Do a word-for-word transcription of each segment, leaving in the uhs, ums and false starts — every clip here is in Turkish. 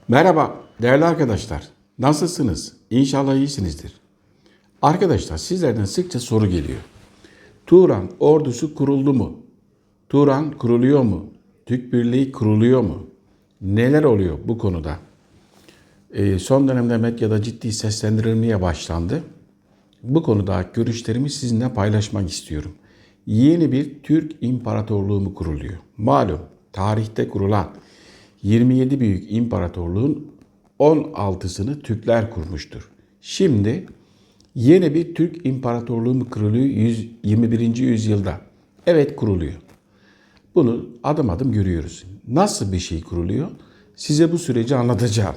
Merhaba değerli arkadaşlar. Nasılsınız? İnşallah iyisinizdir. Arkadaşlar sizlerden sıkça soru geliyor. Turan ordusu kuruldu mu? Turan kuruluyor mu? Türk Birliği kuruluyor mu? Neler oluyor bu konuda? Ee, son dönemde medyada ciddi seslendirilmeye başlandı. Bu konuda görüşlerimi sizinle paylaşmak istiyorum. Yeni bir Türk İmparatorluğu mu kuruluyor? Malum tarihte kurulan yirmi yedi büyük imparatorluğun on altısını Türkler kurmuştur. Şimdi yeni bir Türk İmparatorluğu mu kuruluyor yüz yirmi birinci yüzyılda? Evet, kuruluyor. Bunu adım adım görüyoruz. Nasıl bir şey kuruluyor? Size bu süreci anlatacağım.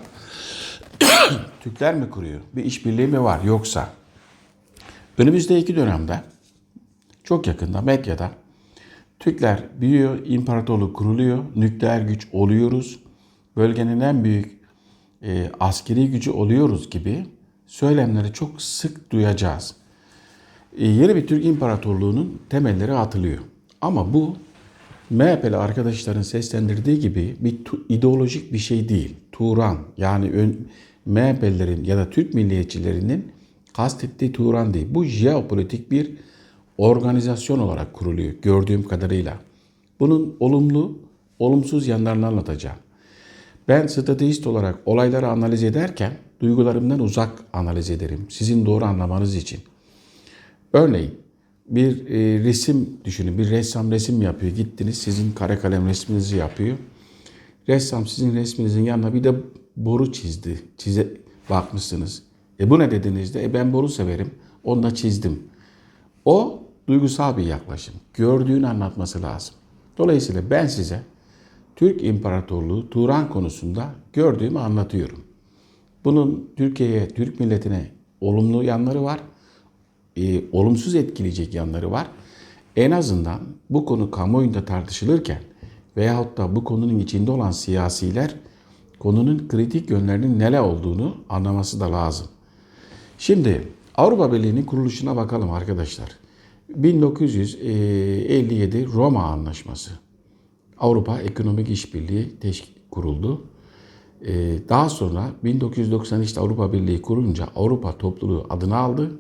Türkler mi kuruyor? Bir işbirliği mi var yoksa? Önümüzdeki dönemde çok yakında medyada Türkler büyüyor, imparatorluk kuruluyor, nükleer güç oluyoruz, bölgenin en büyük e, askeri gücü oluyoruz gibi söylemleri çok sık duyacağız. E, yeni bir Türk İmparatorluğu'nun temelleri atılıyor. Ama bu M H P'li arkadaşların seslendirdiği gibi bir ideolojik bir şey değil. Turan yani ön, M H P'lilerin ya da Türk milliyetçilerinin kastettiği Turan değil. Bu jeopolitik bir organizasyon olarak kuruluyor gördüğüm kadarıyla. Bunun olumlu, olumsuz yanlarını anlatacağım. Ben stratejist olarak olayları analiz ederken duygularımdan uzak analiz ederim. Sizin doğru anlamanız için. Örneğin bir e, resim düşünün. Bir ressam resim yapıyor. Gittiniz sizin kare kalem resminizi yapıyor. Ressam sizin resminizin yanına bir de boru çizdi. Çize bakmışsınız. E bu ne dediğinizde e ben boru severim. Onu da çizdim. O duygusal bir yaklaşım. Gördüğünü anlatması lazım. Dolayısıyla ben size Türk İmparatorluğu Turan konusunda gördüğümü anlatıyorum. Bunun Türkiye'ye, Türk milletine olumlu yanları var. E, olumsuz etkileyecek yanları var. En azından bu konu kamuoyunda tartışılırken veyahut da bu konunun içinde olan siyasiler konunun kritik yönlerinin neler olduğunu anlaması da lazım. Şimdi Avrupa Birliği'nin kuruluşuna bakalım arkadaşlar. bin dokuz yüz elli yedi Roma Anlaşması. Avrupa Ekonomik İşbirliği kuruldu. Daha sonra bin dokuz yüz doksan üçte Avrupa Birliği kurulunca Avrupa Topluluğu adını aldı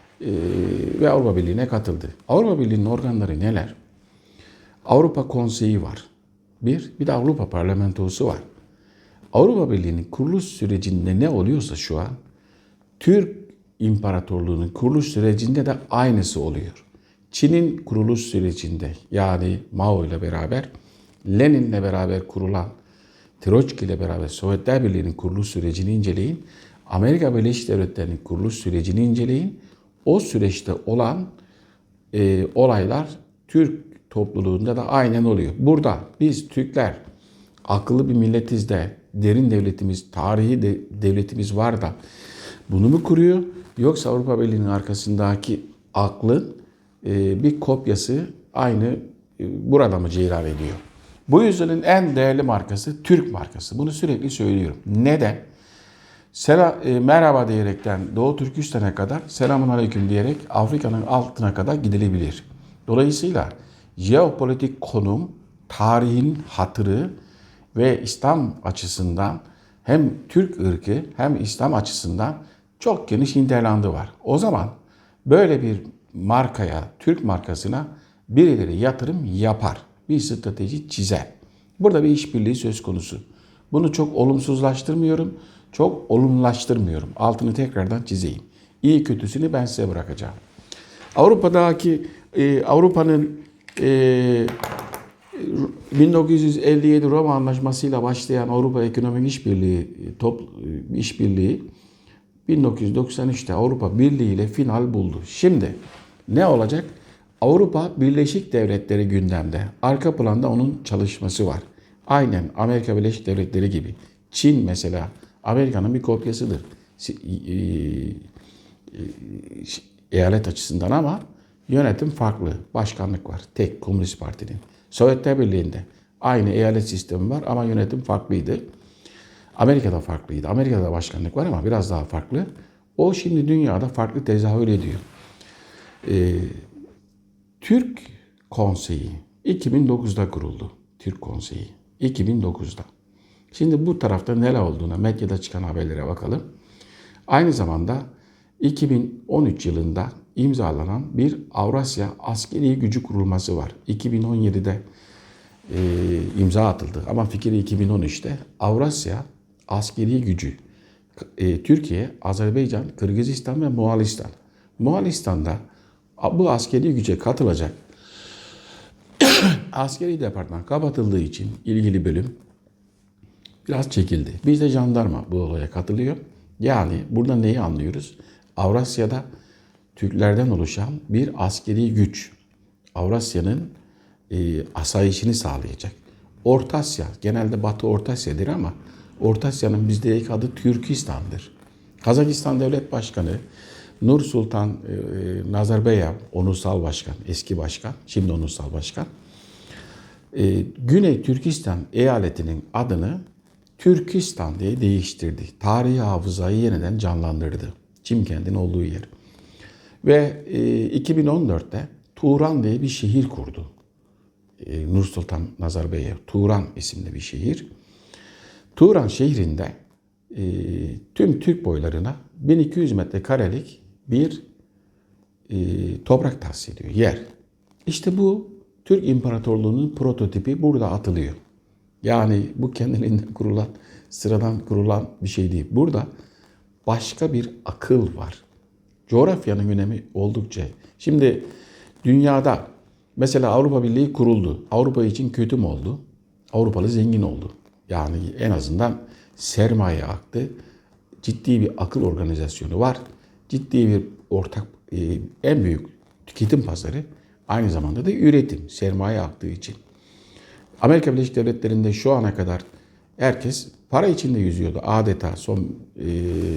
ve Avrupa Birliği'ne katıldı. Avrupa Birliği'nin organları neler? Avrupa Konseyi var. Bir, bir de Avrupa Parlamentosu var. Avrupa Birliği'nin kuruluş sürecinde ne oluyorsa şu an Türk İmparatorluğu'nun kuruluş sürecinde de aynısı oluyor. Çin'in kuruluş sürecinde yani Mao ile beraber, Lenin'le beraber kurulan, Troçki ile beraber Sovyetler Birliği'nin kuruluş sürecini inceleyin. Amerika Birleşik Devletleri'nin kuruluş sürecini inceleyin. O süreçte olan e, olaylar Türk topluluğunda da aynen oluyor. Burada biz Türkler akıllı bir milletiz de, derin devletimiz, tarihi de, devletimiz var da bunu mu kuruyor? Yoksa Avrupa Birliği'nin arkasındaki aklın e, bir kopyası aynı e, burada mı cereyan ediyor? Bu yüzyılın en değerli markası Türk markası. Bunu sürekli söylüyorum. Neden? Sela, e, merhaba diyerekten Doğu Türkistan'a kadar selamun aleyküm diyerek Afrika'nın altına kadar gidilebilir. Dolayısıyla jeopolitik konum, tarihin hatırı ve İslam açısından hem Türk ırkı hem İslam açısından çok geniş hinterlandı var. O zaman böyle bir markaya, Türk markasına birileri yatırım yapar. Bir strateji çizer. Burada bir işbirliği söz konusu. Bunu çok olumsuzlaştırmıyorum, çok olumlaştırmıyorum. Altını tekrardan çizeyim. İyi kötüsünü ben size bırakacağım. Avrupa'daki, e, Avrupa'nın e, bin dokuz yüz elli yedi Roma Anlaşması'yla başlayan Avrupa Ekonomik İşbirliği, top, işbirliği bin dokuz yüz doksan üçte Avrupa Birliği ile final buldu. Şimdi ne olacak? Avrupa Birleşik Devletleri gündemde. Arka planda onun çalışması var. Aynen Amerika Birleşik Devletleri gibi. Çin mesela Amerika'nın bir kopyasıdır. Eyalet açısından ama yönetim farklı. Başkanlık var. Tek Komünist Parti'nin. Sovyetler Birliği'nde aynı eyalet sistemi var ama yönetim farklıydı. Amerika'da farklıydı. Amerika'da başkanlık var ama biraz daha farklı. O şimdi dünyada farklı tezahür ediyor. Ee, Türk Konseyi iki bin dokuzda kuruldu. Türk Konseyi iki bin dokuzda. Şimdi bu tarafta neler olduğuna medyada çıkan haberlere bakalım. Aynı zamanda iki bin on üç yılında imzalanan bir Avrasya Askeri Gücü kurulması var. iki bin on yedide e, imza atıldı ama fikri iki bin on üçte Avrasya Askeri Gücü. E, Türkiye, Azerbaycan, Kırgızistan ve Moğolistan. Moğolistan'da bu askeri güce katılacak askeri departman kapatıldığı için ilgili bölüm biraz çekildi. Biz de jandarma bu olaya katılıyor. Yani burada neyi anlıyoruz? Avrasya'da Türklerden oluşan bir askeri güç. Avrasya'nın e, asayişini sağlayacak. Orta Asya, genelde Batı Orta Asya'dır ama Orta Asya'nın bizde ilk adı Türkistan'dır. Kazakistan Devlet Başkanı Nur Sultan e, Nazarbayev, onursal başkan, eski başkan, şimdi onursal başkan. E, Güney Türkistan eyaletinin adını Türkistan diye değiştirdi. Tarihi hafızayı yeniden canlandırdı. Çimkent'in olduğu yer. Ve e, iki bin on dörtte Turan diye bir şehir kurdu. E, Nur Sultan Nazarbayev, Turan isimli bir şehir. Turan şehrinde e, tüm Türk boylarına bin iki yüz metrekarelik bir e, toprak tahsis ediyor, yer. İşte bu Türk İmparatorluğu'nun prototipi burada atılıyor. Yani bu kendiliğinden kurulan, sıradan kurulan bir şey değil. Burada başka bir akıl var. Coğrafyanın önemi oldukça. Şimdi dünyada mesela Avrupa Birliği kuruldu. Avrupa için kötü mü oldu? Avrupalı zengin oldu. Yani en azından sermaye aktı. Ciddi bir akıl organizasyonu var. Ciddi bir ortak, e, en büyük tüketim pazarı. Aynı zamanda da üretim, sermaye aktığı için. Amerika Birleşik Devletleri'nde şu ana kadar herkes para içinde yüzüyordu. Adeta son e,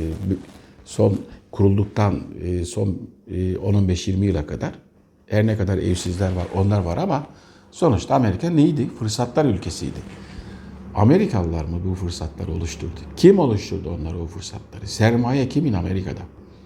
son kurulduktan e, son e, on on beş yirmi yıla kadar her ne kadar evsizler var, onlar var ama sonuçta Amerika neydi? Fırsatlar ülkesiydi. Amerikalılar mı bu fırsatları oluşturdu? Kim oluşturdu onları, o fırsatları? Sermaye kimin? Amerika'da.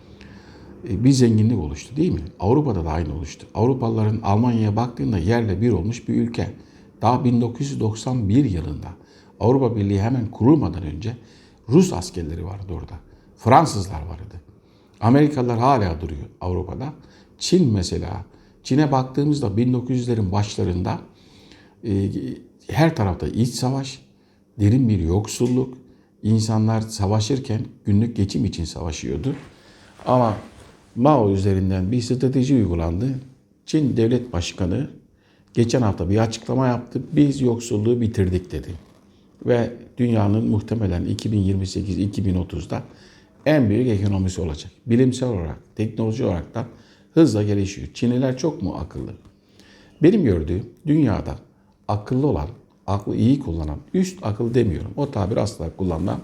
E, bir zenginlik oluştu değil mi? Avrupa'da da aynı oluştu. Avrupalıların Almanya'ya baktığında yerle bir olmuş bir ülke. Daha bin dokuz yüz doksan bir yılında Avrupa Birliği hemen kurulmadan önce Rus askerleri vardı orada. Fransızlar vardı. Amerikalılar hala duruyor Avrupa'da. Çin mesela. Çin'e baktığımızda bin dokuz yüzlerin başlarında e, her tarafta iç savaş, derin bir yoksulluk. İnsanlar savaşırken günlük geçim için savaşıyordu. Ama Mao üzerinden bir strateji uygulandı. Çin Devlet Başkanı geçen hafta bir açıklama yaptı. Biz yoksulluğu bitirdik dedi. Ve dünyanın muhtemelen iki bin yirmi sekiz iki bin otuzda en büyük ekonomisi olacak. Bilimsel olarak, teknoloji olarak da hızla gelişiyor. Çinliler çok mu akıllı? Benim gördüğüm dünyada akıllı olan, aklı iyi kullanan, üst akıl demiyorum, o tabir asla kullanılan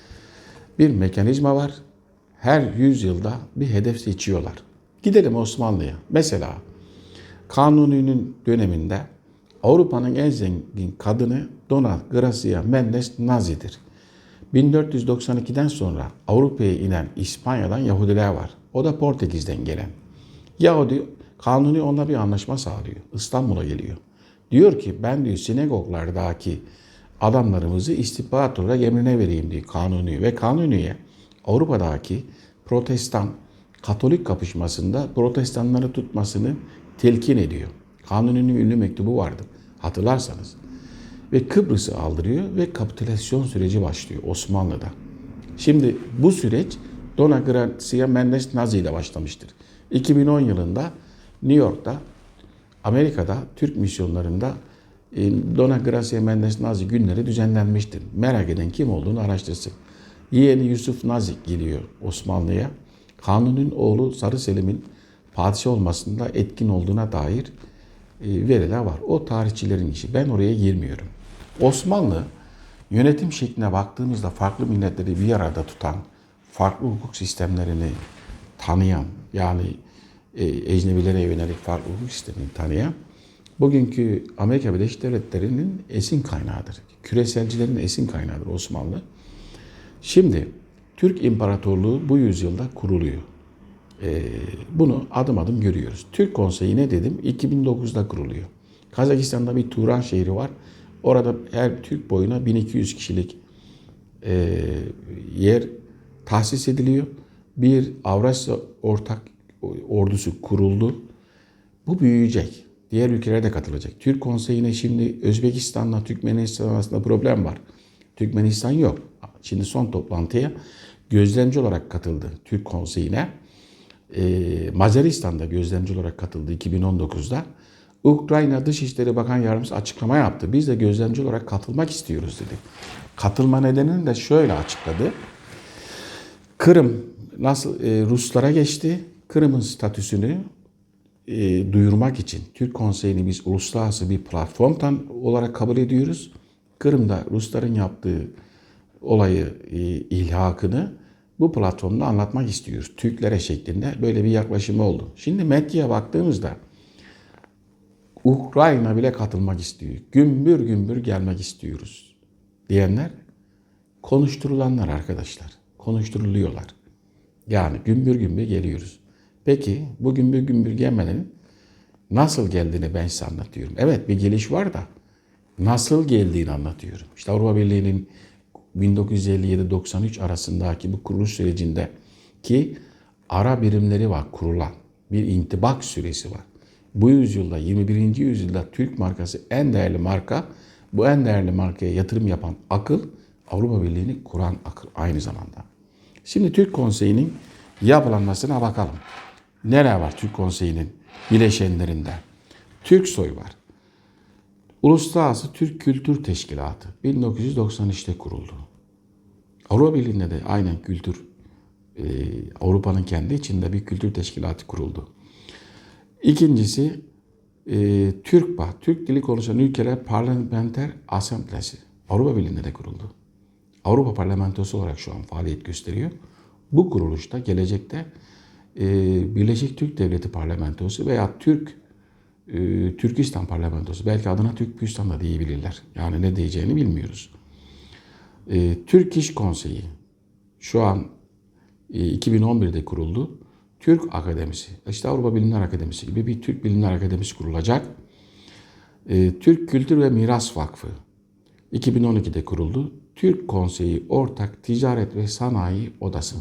bir mekanizma var. Her yüzyılda bir hedef seçiyorlar. Gidelim Osmanlı'ya. Mesela Kanuni'nin döneminde Avrupa'nın en zengin kadını Dona Gracia Mendes Nazi'dir. bin dört yüz doksan ikiden sonra Avrupa'ya inen İspanya'dan Yahudiler var. O da Portekiz'den gelen. Yahudi, Kanuni onunla bir anlaşma sağlıyor. İstanbul'a geliyor. Diyor ki ben diyor sinagoglardaki adamlarımızı istihbarat olarak emrine vereyim diyor Kanuni. Ve Kanuni'ye Avrupa'daki Protestan Katolik kapışmasında protestanları tutmasını telkin ediyor. Kanuni'nin ünlü mektubu vardı hatırlarsanız. Ve Kıbrıs'ı aldırıyor ve kapitülasyon süreci başlıyor Osmanlı'da. Şimdi bu süreç Dona Gracia Mendes Nazi ile başlamıştır. iki bin on yılında New York'ta, Amerika'da Türk misyonlarında Dona Gracia Mendes Nazi günleri düzenlenmiştir. Merak eden kim olduğunu araştırsın. Yeğeni Yusuf Nazik geliyor Osmanlı'ya. Kanuni'nin oğlu Sarı Selim'in padişah olmasında etkin olduğuna dair veriler var. O tarihçilerin işi. Ben oraya girmiyorum. Osmanlı yönetim şekline baktığımızda farklı milletleri bir arada tutan, farklı hukuk sistemlerini tanıyan, yani e, ecnebilere yönelik farklı hukuk sistemini tanıyan, bugünkü Amerika Birleşik Devletleri'nin esin kaynağıdır. Küreselcilerin esin kaynağıdır Osmanlı. Şimdi Türk İmparatorluğu bu yüzyılda kuruluyor. Ee, bunu adım adım görüyoruz. Türk Konseyi ne dedim? iki bin dokuzda kuruluyor. Kazakistan'da bir Turan şehri var. Orada her Türk boyuna bin iki yüz kişilik e, yer tahsis ediliyor. Bir Avrasya Ortak Ordusu kuruldu. Bu büyüyecek. Diğer ülkeler de katılacak. Türk Konseyi'ne şimdi Özbekistan'la Türkmenistan arasında problem var. Türkmenistan yok. Şimdi son toplantıya gözlemci olarak katıldı Türk Konseyi'ne. Ee, Macaristan'da gözlemci olarak katıldı iki bin on dokuzda. Ukrayna Dışişleri Bakan Yardımcısı açıklama yaptı. Biz de gözlemci olarak katılmak istiyoruz dedi. Katılma nedenini de şöyle açıkladı. Kırım nasıl e, Ruslara geçti? Kırım'ın statüsünü e, duyurmak için Türk Konseyi'ni biz uluslararası bir platformdan olarak kabul ediyoruz. Kırım'da Rusların yaptığı olayı, e, ilhakını bu platformda anlatmak istiyoruz. Türklere şeklinde böyle bir yaklaşımı oldu. Şimdi medyaya baktığımızda Ukrayna bile katılmak istiyor. Gümbür gümbür gelmek istiyoruz diyenler konuşturulanlar arkadaşlar. Konuşturuluyorlar. Yani gümbür gümbür geliyoruz. Peki bu gümbür gümbür gelmenin nasıl geldiğini ben size anlatıyorum. Evet bir geliş var da nasıl geldiğini anlatıyorum. İşte Avrupa Birliği'nin bin dokuz yüz elli yedi doksan üç arasındaki bu kuruluş sürecinde ki ara birimleri var kurulan bir intibak süresi var. Bu yüzyılda yirmi birinci yüzyılda Türk markası en değerli marka. Bu en değerli markaya yatırım yapan akıl Avrupa Birliği'ni kuran akıl aynı zamanda. Şimdi Türk Konseyi'nin yapılanmasına bakalım. Neler var Türk Konseyi'nin bileşenlerinde? Türksoy var. Uluslararası Türk Kültür Teşkilatı bin dokuz yüz doksan üçte kuruldu. Avrupa Birliği'nde de aynen kültür, e, Avrupa'nın kendi içinde bir kültür teşkilatı kuruldu. İkincisi e, TÜRKPA, Türk Dili Konuşan Ülkeler Parlamenter Asamblesi. Avrupa Birliği'nde de kuruldu. Avrupa Parlamentosu olarak şu an faaliyet gösteriyor. Bu kuruluşta gelecekte e, Birleşik Türk Devleti Parlamentosu veya Türk e, Türkistan Parlamentosu, belki adına Türkistan da diyebilirler. Yani ne diyeceğini bilmiyoruz. E, Türk İş Konseyi şu an e, iki bin on birde kuruldu. Türk Akademisi, işte Avrupa Bilimler Akademisi gibi bir Türk Bilimler Akademisi kurulacak. E, Türk Kültür ve Miras Vakfı iki bin on ikide kuruldu. Türk Konseyi Ortak Ticaret ve Sanayi Odası.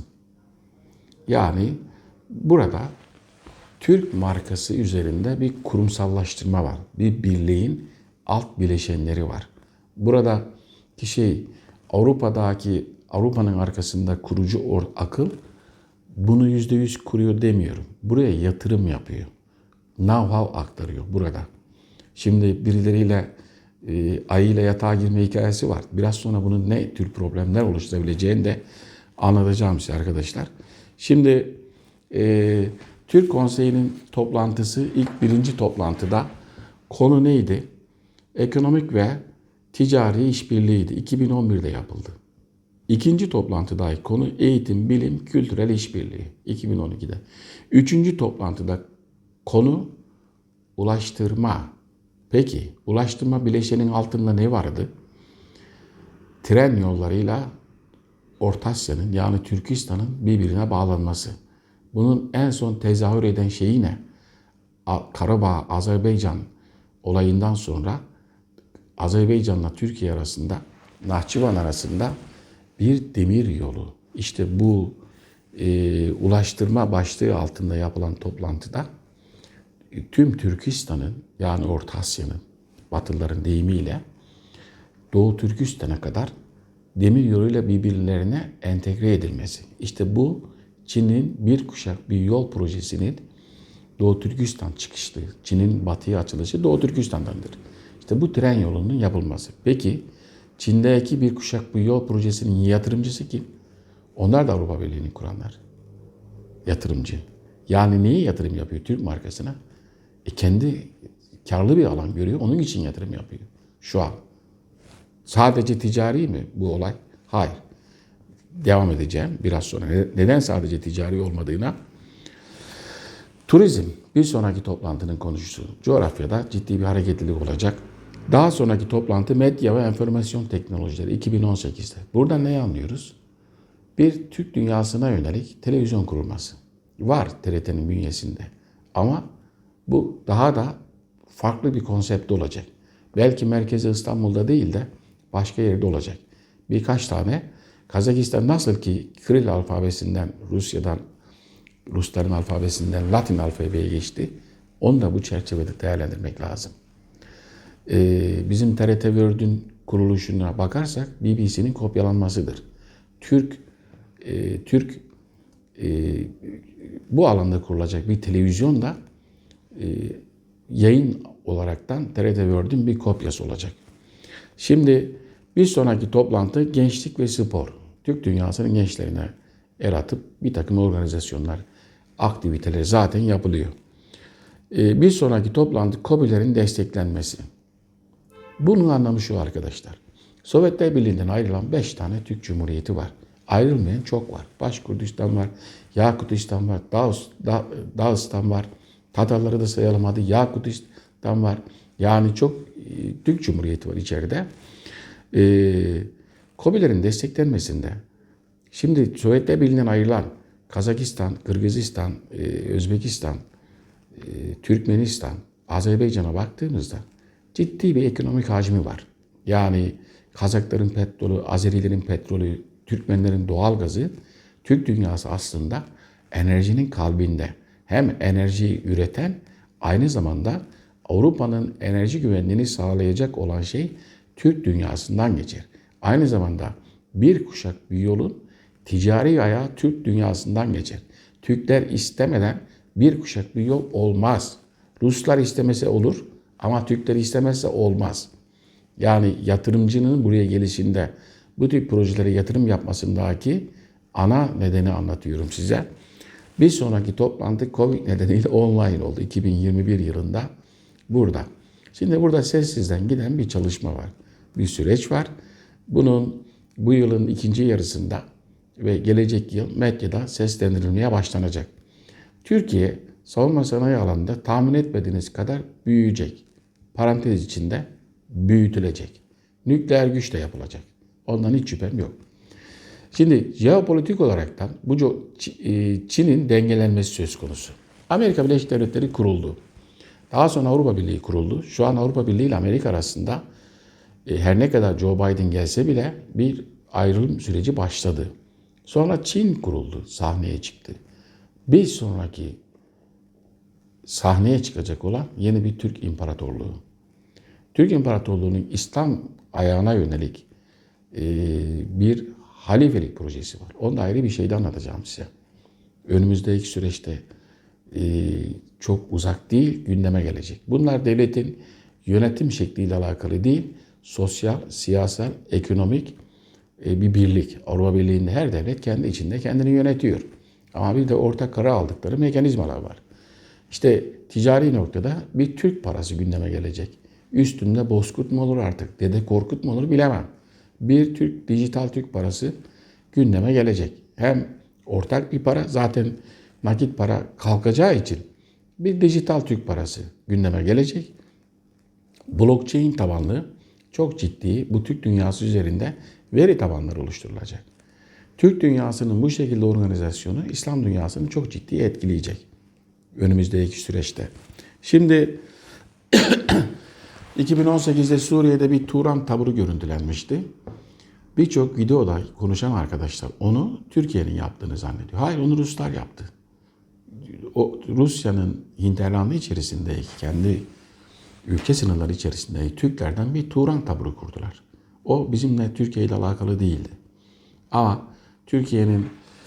Yani burada Türk markası üzerinde bir kurumsallaştırma var. Bir birliğin alt bileşenleri var. Burada ki şey Avrupa'daki Avrupa'nın arkasında kurucu or, akıl bunu yüzde yüz kuruyor demiyorum. Buraya yatırım yapıyor. Know-how aktarıyor burada. Şimdi birileriyle e, ayıyla yatağa girme hikayesi var. Biraz sonra bunun ne tür problemler oluşturabileceğini de anlatacağım size arkadaşlar. Şimdi e, Türk Konseyi'nin toplantısı ilk birinci toplantıda konu neydi? Ekonomik ve ticari işbirliğiydi. iki bin on birde yapıldı. İkinci toplantıda konu eğitim, bilim, kültürel işbirliği iki bin on ikide. Üçüncü toplantıda konu ulaştırma. Peki ulaştırma bileşenin altında ne vardı? Tren yollarıyla Orta Asya'nın yani Türkistan'ın birbirine bağlanması. Bunun en son tezahür eden şeyi ne? Karabağ, Azerbaycan olayından sonra Azerbaycan'la Türkiye arasında, Nahçıvan arasında bir demir yolu. İşte bu e, ulaştırma başlığı altında yapılan toplantıda tüm Türkistan'ın yani Orta Asya'nın Batılıların deyimiyle Doğu Türkistan'a kadar demir yoluyla birbirlerine entegre edilmesi. İşte bu Çin'in bir kuşak bir yol projesinin Doğu Türkistan çıkışlı, Çin'in batıya açılışı Doğu Türkistan'dandır. İşte bu tren yolunun yapılması. Peki Çin'deki bir kuşak bir yol projesinin yatırımcısı kim? Onlar da Avrupa Birliği'ni kuranlar. Yatırımcı. Yani niye yatırım yapıyor Türk markasına? E kendi karlı bir alan görüyor, onun için yatırım yapıyor. Şu an. Sadece ticari mi bu olay? Hayır. Devam edeceğim biraz sonra. Neden sadece ticari olmadığına. Turizm bir sonraki toplantının konusu. Coğrafyada ciddi bir hareketlilik olacak. Daha sonraki toplantı medya ve enformasyon teknolojileri iki bin on sekizde. Buradan neyi anlıyoruz? Bir Türk dünyasına yönelik televizyon kurulması. Var T R T'nin bünyesinde. Ama bu daha da farklı bir konsept olacak. Belki merkezi İstanbul'da değil de başka yerde olacak. Birkaç tane Kazakistan nasıl ki Kiril alfabesinden, Rusya'dan, Rusların alfabesinden Latin alfabeye geçti. Onu da bu çerçevede değerlendirmek lazım. Ee, bizim T R T World'ün kuruluşuna bakarsak B B C'nin kopyalanmasıdır. Türk e, Türk e, bu alanda kurulacak bir televizyon da e, yayın olaraktan T R T World'ün bir kopyası olacak. Şimdi bir sonraki toplantı gençlik ve spor. Türk dünyasının gençlerine el atıp bir takım organizasyonlar, aktiviteler zaten yapılıyor. Ee, bir sonraki toplantı KOBİ'lerin desteklenmesi. Bunun anlamı şu arkadaşlar. Sovyetler Birliği'nden ayrılan beş tane Türk Cumhuriyeti var. Ayrılmayan çok var. Başkurdistan var, Yakutistan var, Dağız, Dağ, Dağıstan var. Tatarları da sayalım hadi. Yakutistan var. Yani çok e, Türk Cumhuriyeti var içeride. Ee, KOBİ'lerin desteklenmesinde şimdi Sovyetler Birliği'nden ayrılan Kazakistan, Kırgızistan, e, Özbekistan, e, Türkmenistan, Azerbaycan'a baktığımızda ciddi bir ekonomik hacmi var. Yani Kazakların petrolü, Azerilerin petrolü, Türkmenlerin doğalgazı, Türk dünyası aslında enerjinin kalbinde. Hem enerjiyi üreten, aynı zamanda Avrupa'nın enerji güvenliğini sağlayacak olan şey Türk dünyasından geçer. Aynı zamanda bir kuşak bir yolun ticari ayağı Türk dünyasından geçer. Türkler istemeden bir kuşak bir yol olmaz. Ruslar istemese olur ama Türkler istemezse olmaz. Yani yatırımcının buraya gelişinde bu tip projelere yatırım yapmasındaki ana nedeni anlatıyorum size. Bir sonraki toplantı Covid nedeniyle online oldu iki bin yirmi bir yılında burada. Şimdi burada sessizden giden bir çalışma var. Bir süreç var. Bunun bu yılın ikinci yarısında ve gelecek yıl medyada seslendirilmeye başlanacak. Türkiye savunma sanayi alanında tahmin etmediğiniz kadar büyüyecek. Parantez içinde büyütülecek. Nükleer güç de yapılacak. Ondan hiç şüphem yok. Şimdi jeopolitik olaraktan bu Çin'in dengelenmesi söz konusu. Amerika Birleşik Devletleri kuruldu. Daha sonra Avrupa Birliği kuruldu. Şu an Avrupa Birliği ile Amerika arasında her ne kadar Joe Biden gelse bile bir ayrılım süreci başladı. Sonra Çin kuruldu, sahneye çıktı. Bir sonraki sahneye çıkacak olan yeni bir Türk İmparatorluğu. Türk İmparatorluğu'nun İslam ayağına yönelik bir halifelik projesi var. Onu da ayrı bir şeyde anlatacağım size. Önümüzdeki süreçte çok uzak değil, gündeme gelecek. Bunlar devletin yönetim şekliyle alakalı değil, sosyal, siyasal, ekonomik bir birlik. Avrupa Birliği'nde her devlet kendi içinde kendini yönetiyor. Ama bir de ortak karar aldıkları mekanizmalar var. İşte ticari noktada bir Türk parası gündeme gelecek. Üstünde Bozkurt mu olur artık, Dede Korkut mu olur bilemem. Bir Türk, dijital Türk parası gündeme gelecek. Hem ortak bir para, zaten nakit para kalkacağı için bir dijital Türk parası gündeme gelecek. Blockchain tabanlı çok ciddi bu Türk dünyası üzerinde veri tabanları oluşturulacak. Türk dünyasının bu şekilde organizasyonu İslam dünyasını çok ciddi etkileyecek önümüzdeki süreçte. Şimdi iki bin on sekizde Suriye'de bir Turan taburu görüntülenmişti. Birçok videoda konuşan arkadaşlar onu Türkiye'nin yaptığını zannediyor. Hayır, onu Ruslar yaptı. O Rusya'nın hinterlandı içerisindeki kendi ülke sınırları içerisindeki Türklerden bir Turan taburu kurdular. O bizimle Türkiye ile alakalı değildi. Ama Türkiye'nin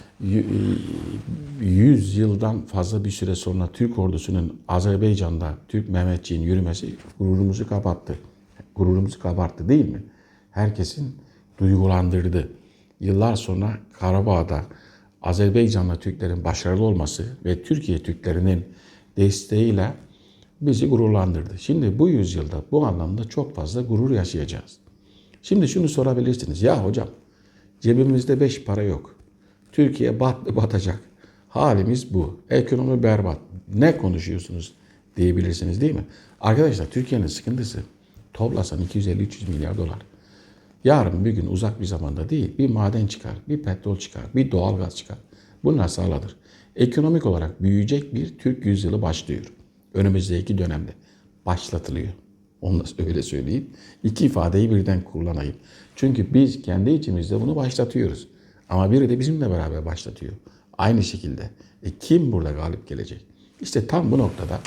yüz yıldan fazla bir süre sonra Türk ordusunun Azerbaycan'da Türk Mehmetçiğin yürümesi gururumuzu kapattı. Gururumuzu kabarttı değil mi? Herkesin duygulandırdı. Yıllar sonra Karabağ'da Azerbaycan'la Türklerin başarılı olması ve Türkiye Türklerinin desteğiyle bizi gururlandırdı. Şimdi bu yüzyılda bu anlamda çok fazla gurur yaşayacağız. Şimdi şunu sorabilirsiniz. Ya hocam cebimizde beş para yok. Türkiye bat, batacak. Halimiz bu. Ekonomi berbat. Ne konuşuyorsunuz diyebilirsiniz değil mi? Arkadaşlar Türkiye'nin sıkıntısı toplasan iki yüz elli üç yüz milyar dolar. Yarın bir gün uzak bir zamanda değil bir maden çıkar, bir petrol çıkar, bir doğalgaz çıkar. Bunlar sağlanır. Ekonomik olarak büyüyecek bir Türk yüzyılı başlıyor. Önümüzdeki dönemde başlatılıyor. Onu da öyle söyleyeyim. İki ifadeyi birden kullanayım. Çünkü biz kendi içimizde bunu başlatıyoruz. Ama biri de bizimle beraber başlatıyor. Aynı şekilde. E kim burada galip gelecek? İşte tam bu noktada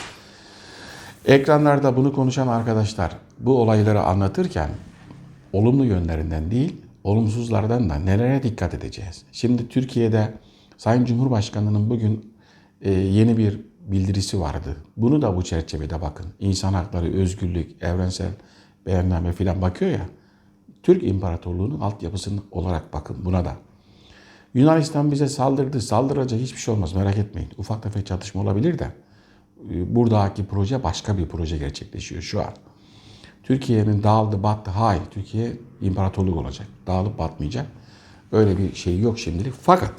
ekranlarda bunu konuşan arkadaşlar bu olayları anlatırken olumlu yönlerinden değil, olumsuzlardan da nelere dikkat edeceğiz? Şimdi Türkiye'de Sayın Cumhurbaşkanı'nın bugün e, yeni bir bildirisi vardı. Bunu da bu çerçevede bakın. İnsan hakları, özgürlük, evrensel beyanname filan bakıyor ya. Türk İmparatorluğu'nun altyapısını olarak bakın buna da. Yunanistan bize saldırdı. Saldıracak hiçbir şey olmaz, merak etmeyin. Ufak tefek çatışma olabilir de buradaki proje başka bir proje gerçekleşiyor şu an. Türkiye'nin dağıldı battı. Hayır, Türkiye imparatorluk olacak. Dağılıp batmayacak. Öyle bir şey yok şimdilik. Fakat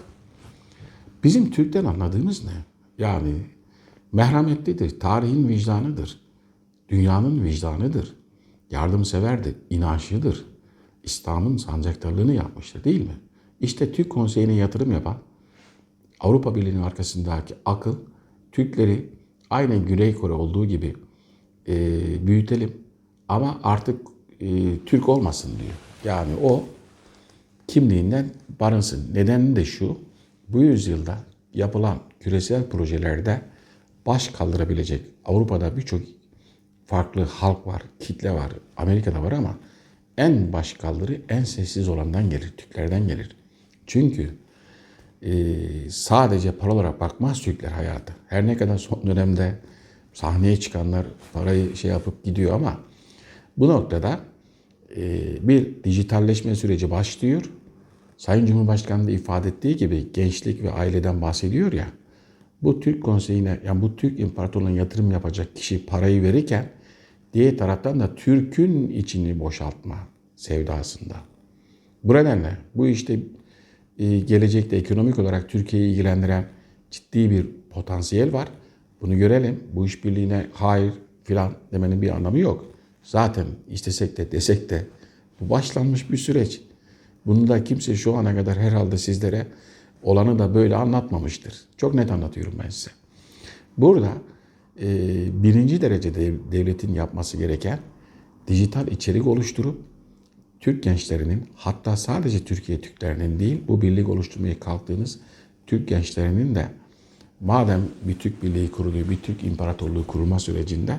bizim Türk'ten anladığımız ne? Yani merhametlidir, tarihin vicdanıdır, dünyanın vicdanıdır, yardımseverdir, inançlıdır, İslam'ın sancaktarlığını yapmıştır değil mi? İşte Türk Konseyi'ne yatırım yapan Avrupa Birliği'nin arkasındaki akıl Türkleri aynen Güney Kore olduğu gibi e, büyütelim ama artık e, Türk olmasın diyor. Yani o kimliğinden barınsın. Nedeni de şu, bu yüzyılda yapılan küresel projelerde baş kaldırabilecek Avrupa'da birçok farklı halk var, kitle var, Amerika'da var ama en baş kaldırı en sessiz olandan gelir, Türklerden gelir. Çünkü e, sadece para olarak bakmaz Türkler hayata. Her ne kadar son dönemde sahneye çıkanlar parayı şey yapıp gidiyor ama bu noktada e, bir dijitalleşme süreci başlıyor. Sayın Cumhurbaşkanı da ifade ettiği gibi gençlik ve aileden bahsediyor ya. Bu Türk Konseyi'ne, yani bu Türk İmparatorluğu'na yatırım yapacak kişi parayı verirken diğer taraftan da Türk'ün içini boşaltma sevdasında. Bu nedenle bu işte e, gelecekte ekonomik olarak Türkiye'yi ilgilendiren ciddi bir potansiyel var. Bunu görelim. Bu işbirliğine hayır filan demenin bir anlamı yok. Zaten istesek de desek de bu başlanmış bir süreç. Bunu da kimse şu ana kadar herhalde sizlere olanı da böyle anlatmamıştır. Çok net anlatıyorum ben size. Burada e, birinci derecede devletin yapması gereken dijital içerik oluşturup Türk gençlerinin, hatta sadece Türkiye Türklerinin değil, bu birlik oluşturmaya kalktığınız Türk gençlerinin de madem bir Türk birliği kuruluyor, bir Türk imparatorluğu kurulma sürecinde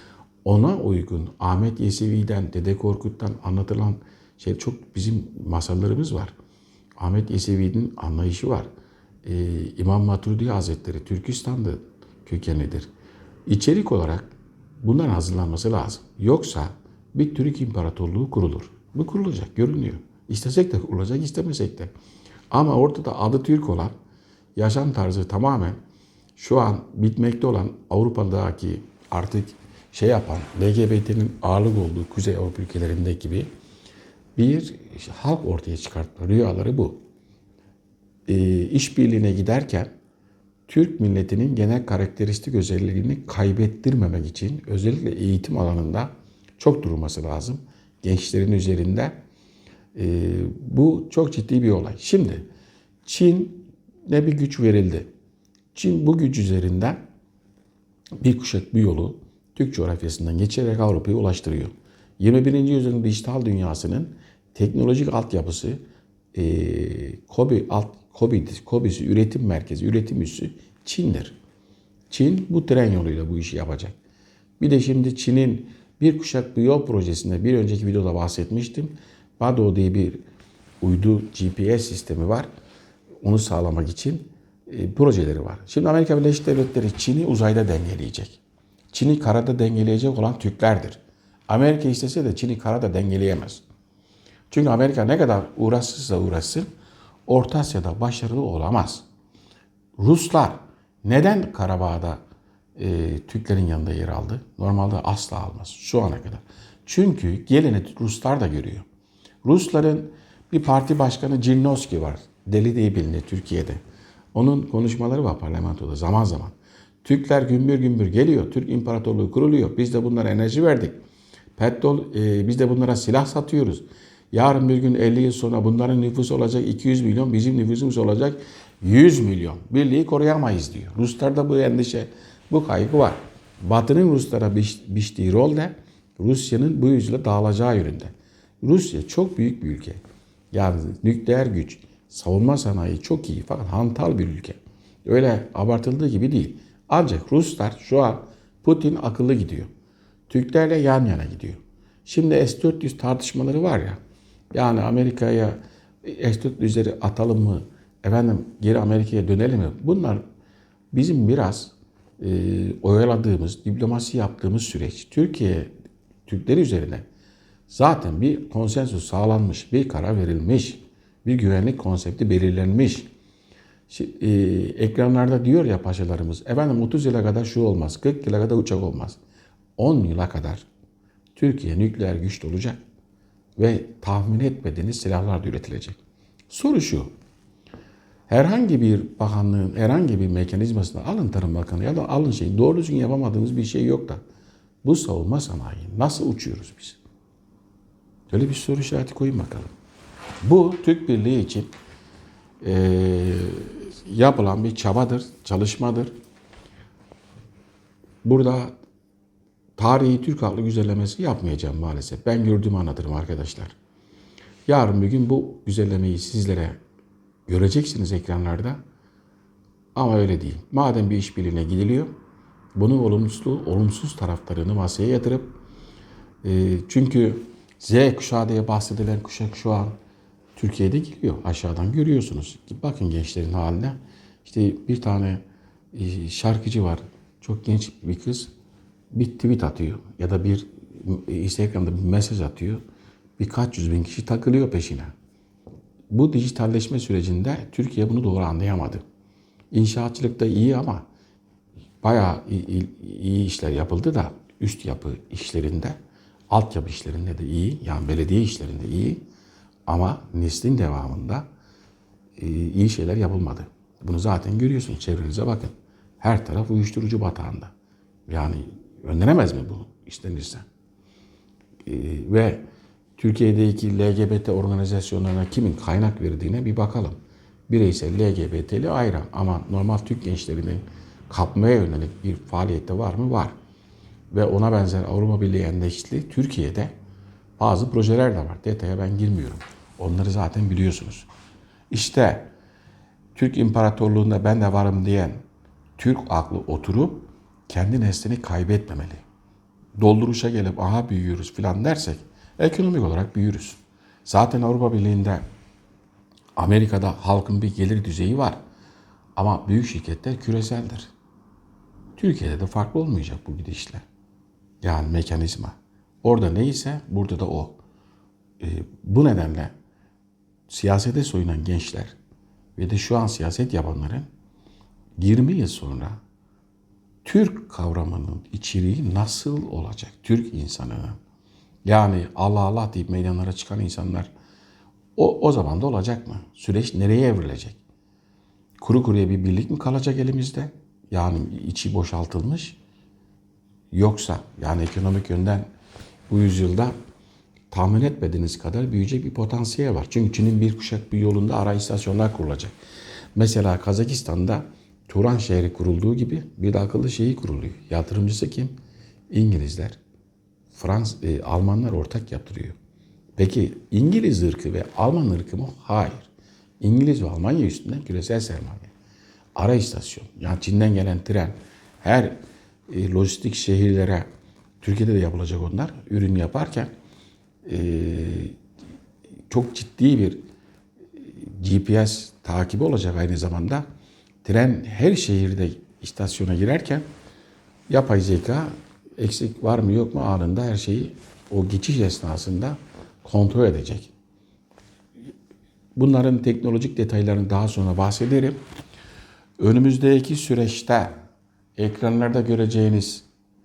ona uygun Ahmet Yesevi'den, Dede Korkut'tan anlatılan şey çok bizim masallarımız var. Ahmet Yesevi'nin anlayışı var. Ee, İmam Maturidi Hazretleri Türkistan'da kökenlidir. İçerik olarak bundan hazırlanması lazım. Yoksa bir Türk İmparatorluğu kurulur. Bu kurulacak, görünüyor. İstesek de kurulacak, istemesek de. Ama ortada adı Türk olan, yaşam tarzı tamamen şu an bitmekte olan Avrupa'daki artık şey yapan, L G B T'nin ağırlık olduğu Kuzey Avrupa ülkelerindeki gibi bir halk ortaya çıkartma rüyaları bu. E, işbirliğine giderken Türk milletinin genel karakteristik özelliğini kaybettirmemek için özellikle eğitim alanında çok durulması lazım. Gençlerin üzerinde e, bu çok ciddi bir olay. Şimdi Çin'e bir güç verildi. Çin bu güç üzerinden bir kuşak bir yolu Türk coğrafyasından geçerek Avrupa'ya ulaştırıyor. yirmi birinci yüzyılın dijital dünyasının teknolojik altyapısı e, Kobe alt Kobe, Kobe'si üretim merkezi, üretim üssü Çin'dir. Çin bu tren yoluyla bu işi yapacak. Bir de şimdi Çin'in bir kuşak bir yol projesinde bir önceki videoda bahsetmiştim. Bado diye bir uydu G P S sistemi var. Onu sağlamak için e, projeleri var. Şimdi Amerika Birleşik Devletleri Çin'i uzayda dengeleyecek. Çin'i karada dengeleyecek olan Türklerdir. Amerika istese de Çin'i karada dengeleyemez. Çünkü Amerika ne kadar uğraşsızsa uğraşsın Orta Asya'da başarılı olamaz. Ruslar neden Karabağ'da e, Türklerin yanında yer aldı? Normalde asla almaz şu ana kadar. Çünkü geleni Ruslar da görüyor. Rusların bir parti başkanı Cirnovski var. Deli diye bilinir Türkiye'de. Onun konuşmaları var parlamentoda zaman zaman. Türkler gümbür gümbür geliyor. Türk İmparatorluğu kuruluyor. Biz de bunlara enerji verdik. Petrol, e, biz de bunlara silah satıyoruz. Yarın bir gün elli yıl sonra bunların nüfusu olacak iki yüz milyon, bizim nüfusumuz olacak yüz milyon. Birliği koruyamayız diyor. Ruslarda bu endişe, bu kaygı var. Batı'nın Ruslara biçtiği rol de Rusya'nın bu yüzyılda dağılacağı yönünde. Rusya çok büyük bir ülke. Yani nükleer güç. Savunma sanayi çok iyi fakat hantal bir ülke. Öyle abartıldığı gibi değil. Ancak Ruslar şu an Putin akıllı gidiyor. Türklerle yan yana gidiyor. Şimdi S dört yüz tartışmaları var ya. Yani Amerika'ya S dört yüzleri atalım mı? Efendim geri Amerika'ya dönelim mi? Bunlar bizim biraz e, oyaladığımız, diplomasi yaptığımız süreç. Türkiye, Türkler üzerine zaten bir konsensus sağlanmış, bir karar verilmiş, bir güvenlik konsepti belirlenmiş. Şimdi, e, ekranlarda diyor ya paşalarımız, efendim otuz yıla kadar şu olmaz, kırk yıla kadar uçak olmaz. on yıla kadar Türkiye nükleer güçlü olacak ve tahmin etmediğiniz silahlar da üretilecek. Soru şu, herhangi bir bakanlığın, herhangi bir mekanizmasına alın Tarım Bakanı ya da alın şey, doğru düzgün yapamadığımız bir şey yok da bu savunma sanayi nasıl uçuyoruz biz? Öyle bir soru işareti koyun bakalım. Bu Türk Birliği için e, yapılan bir çabadır, çalışmadır. Burada tarihi Türk halkı güzellemesi yapmayacağım maalesef. Ben gördüğümü anlatırım arkadaşlar. Yarın bir gün bu güzellemeyi sizlere göreceksiniz ekranlarda. Ama öyle değil. Madem bir işbirliğine gidiliyor, bunun olumsuz, olumsuz taraflarını masaya yatırıp e, çünkü Z kuşağı diye bahsedilen kuşak şu an Türkiye'de geliyor. Aşağıdan görüyorsunuz. Bakın gençlerin haline. İşte bir tane e, şarkıcı var. Çok genç bir kız. Bir tweet atıyor ya da bir Instagram'da bir mesaj atıyor. Birkaç yüz bin kişi takılıyor peşine. Bu dijitalleşme sürecinde Türkiye bunu doğru anlayamadı. İnşaatçılıkta iyi ama bayağı iyi, iyi işler yapıldı da üst yapı işlerinde, altyapı işlerinde de iyi, yani belediye işlerinde iyi ama neslin devamında iyi şeyler yapılmadı. Bunu zaten görüyorsunuz, çevrenize bakın. Her taraf uyuşturucu batağında. Yani önlenemez mi bu istenirse? Ee, ve Türkiye'deki L G B T organizasyonlarına kimin kaynak verdiğine bir bakalım. Bireysel L G B T'li ayrı ama normal Türk gençlerinin kapmaya yönelik bir faaliyette var mı? Var. Ve ona benzer Avrupa Birliği endeksli Türkiye'de bazı projeler de var. Detaya ben girmiyorum. Onları zaten biliyorsunuz. İşte Türk İmparatorluğu'nda ben de varım diyen Türk aklı oturup kendi neslini kaybetmemeli. Dolduruşa gelip aha büyüyoruz filan dersek ekonomik olarak büyürüz. Zaten Avrupa Birliği'nde Amerika'da halkın bir gelir düzeyi var. Ama büyük şirketler küreseldir. Türkiye'de de farklı olmayacak bu gidişle. Yani mekanizma. Orada neyse burada da o. E, bu nedenle siyasete soyunan gençler ve de şu an siyaset yapanların yirmi yıl sonra Türk kavramının içeriği nasıl olacak? Türk insanının. Yani Allah Allah deyip meydanlara çıkan insanlar o, o zaman da olacak mı? Süreç nereye evrilecek? Kuru kuruya bir birlik mi kalacak elimizde? Yani içi boşaltılmış. Yoksa yani ekonomik yönden bu yüzyılda tahmin etmediğiniz kadar büyüyecek bir potansiyel var. Çünkü Çin'in bir kuşak bir yolunda ara istasyonlar kurulacak. Mesela Kazakistan'da Turan şehri kurulduğu gibi bir de akıllı şehir kuruluyor. Yatırımcısı kim? İngilizler, Fransız, e, Almanlar ortak yaptırıyor. Peki İngiliz ırkı ve Alman ırkı mı? Hayır. İngiliz ve Almanya üstünden küresel sermaye. Ara istasyon. Yani Çin'den gelen tren her e, lojistik şehirlere Türkiye'de de yapılacak onlar. Ürün yaparken e, çok ciddi bir G P S takibi olacak aynı zamanda. Tren her şehirde istasyona girerken yapay zeka eksik var mı yok mu anında her şeyi o geçiş esnasında kontrol edecek. Bunların teknolojik detaylarını daha sonra bahsederim. Önümüzdeki süreçte ekranlarda göreceğiniz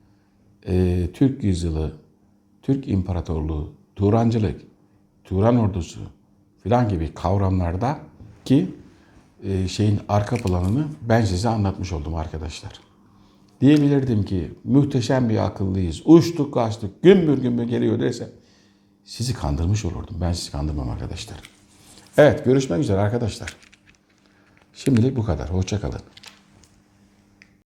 e, Türk yüzyılı, Türk İmparatorluğu, Turancılık, Turan ordusu filan gibi kavramlarda ki e, şeyin arka planını ben size anlatmış oldum arkadaşlar. Diyebilirdim ki muhteşem bir akıllıyız, uçtuk kaçtık, gümbür gümbür geliyor desem sizi kandırmış olurdum. Ben sizi kandırmam arkadaşlar. Evet, görüşmek üzere arkadaşlar. Şimdilik bu kadar. Hoşça kalın.